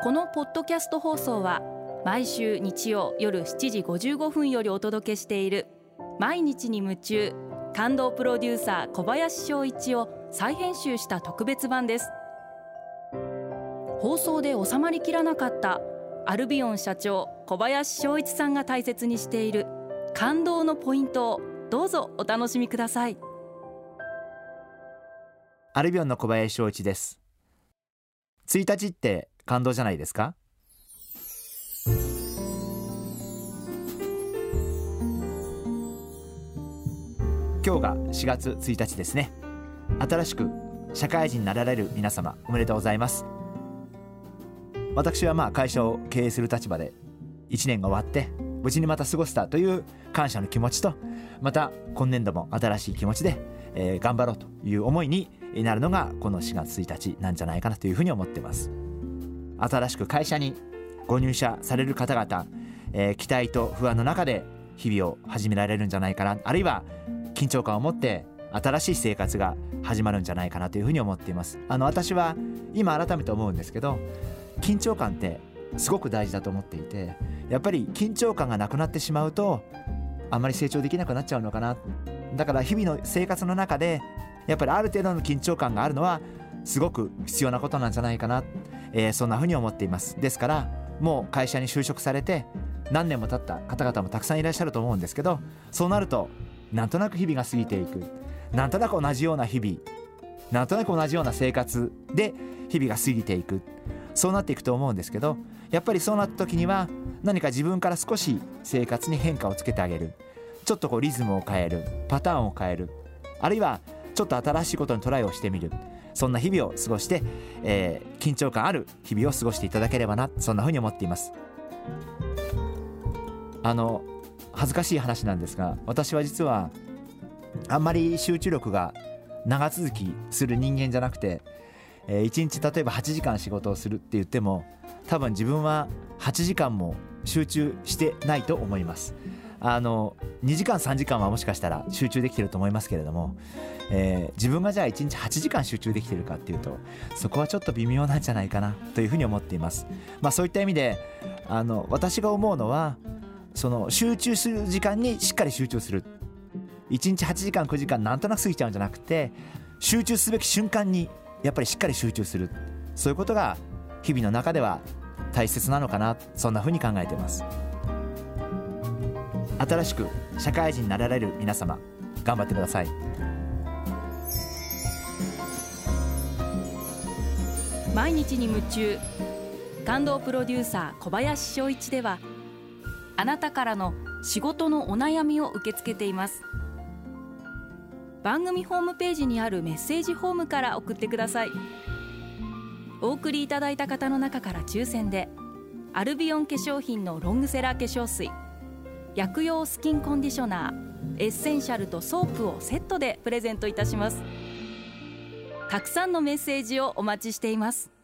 このポッドキャスト放送は毎週日曜夜7時55分よりお届けしている毎日に夢中感動プロデューサー小林翔一を再編集した特別版です。放送で収まりきらなかったアルビオン社長小林翔一さんが大切にしている感動のポイントをどうぞお楽しみください。 アルビオンの小林翔一です。1日って感動じゃないですか？今日が4月1日ですね。新しく社会人になられる皆様、おめでとうございます。私は会社を経営する立場で1年が終わって無事にまた過ごせたという感謝の気持ちと、また今年度も新しい気持ちで、頑張ろうという思いになるのがこの4月1日なんじゃないかなというふうに思っています。新しく会社にご入社される方々、期待と不安の中で日々を始められるんじゃないかな、あるいは緊張感を持って新しい生活が始まるんじゃないかなというふうに思っています。私は今改めて思うんですけど、緊張感ってすごく大事だと思っていて、やっぱり緊張感がなくなってしまうとあまり成長できなくなっちゃうのかな。だから日々の生活の中でやっぱりある程度の緊張感があるのはすごく必要なことなんじゃないかな、そんなふうに思っています。ですからもう会社に就職されて何年も経った方々もたくさんいらっしゃると思うんですけど、そうなるとなんとなく日々が過ぎていく、なんとなく同じような日々、なんとなく同じような生活で日々が過ぎていく、そうなっていくと思うんですけど、やっぱりそうなった時には何か自分から少し生活に変化をつけてあげる、ちょっとリズムを変える、パターンを変える、あるいはちょっと新しいことにトライをしてみる、そんな日々を過ごして、緊張感ある日々を過ごしていただければな、そんなふうに思っています。恥ずかしい話なんですが、私は実はあんまり集中力が長続きする人間じゃなくて、1日例えば8時間仕事をするって言っても多分自分は8時間も集中してないと思います。2時間3時間はもしかしたら集中できてると思いますけれども、自分がじゃあ1日8時間集中できてるかっていうと、そこはちょっと微妙なんじゃないかなというふうに思っています。そういった意味で私が思うのは、その集中する時間にしっかり集中する、1日8時間9時間なんとなく過ぎちゃうんじゃなくて、集中すべき瞬間にやっぱりしっかり集中する、そういうことが日々の中では大切なのかな、そんなふうに考えています。新しく社会人になられる皆様、頑張ってください。 毎日に夢中感動プロデューサー小林翔一では、あなたからの仕事のお悩みを受け付けています。番組ホームページにあるメッセージフォームから送ってください。お送りいただいた方の中から抽選でアルビオン化粧品のロングセラー化粧水、薬用スキンコンディショナー、エッセンシャルとソープをセットでプレゼントいたします。たくさんのメッセージをお待ちしています。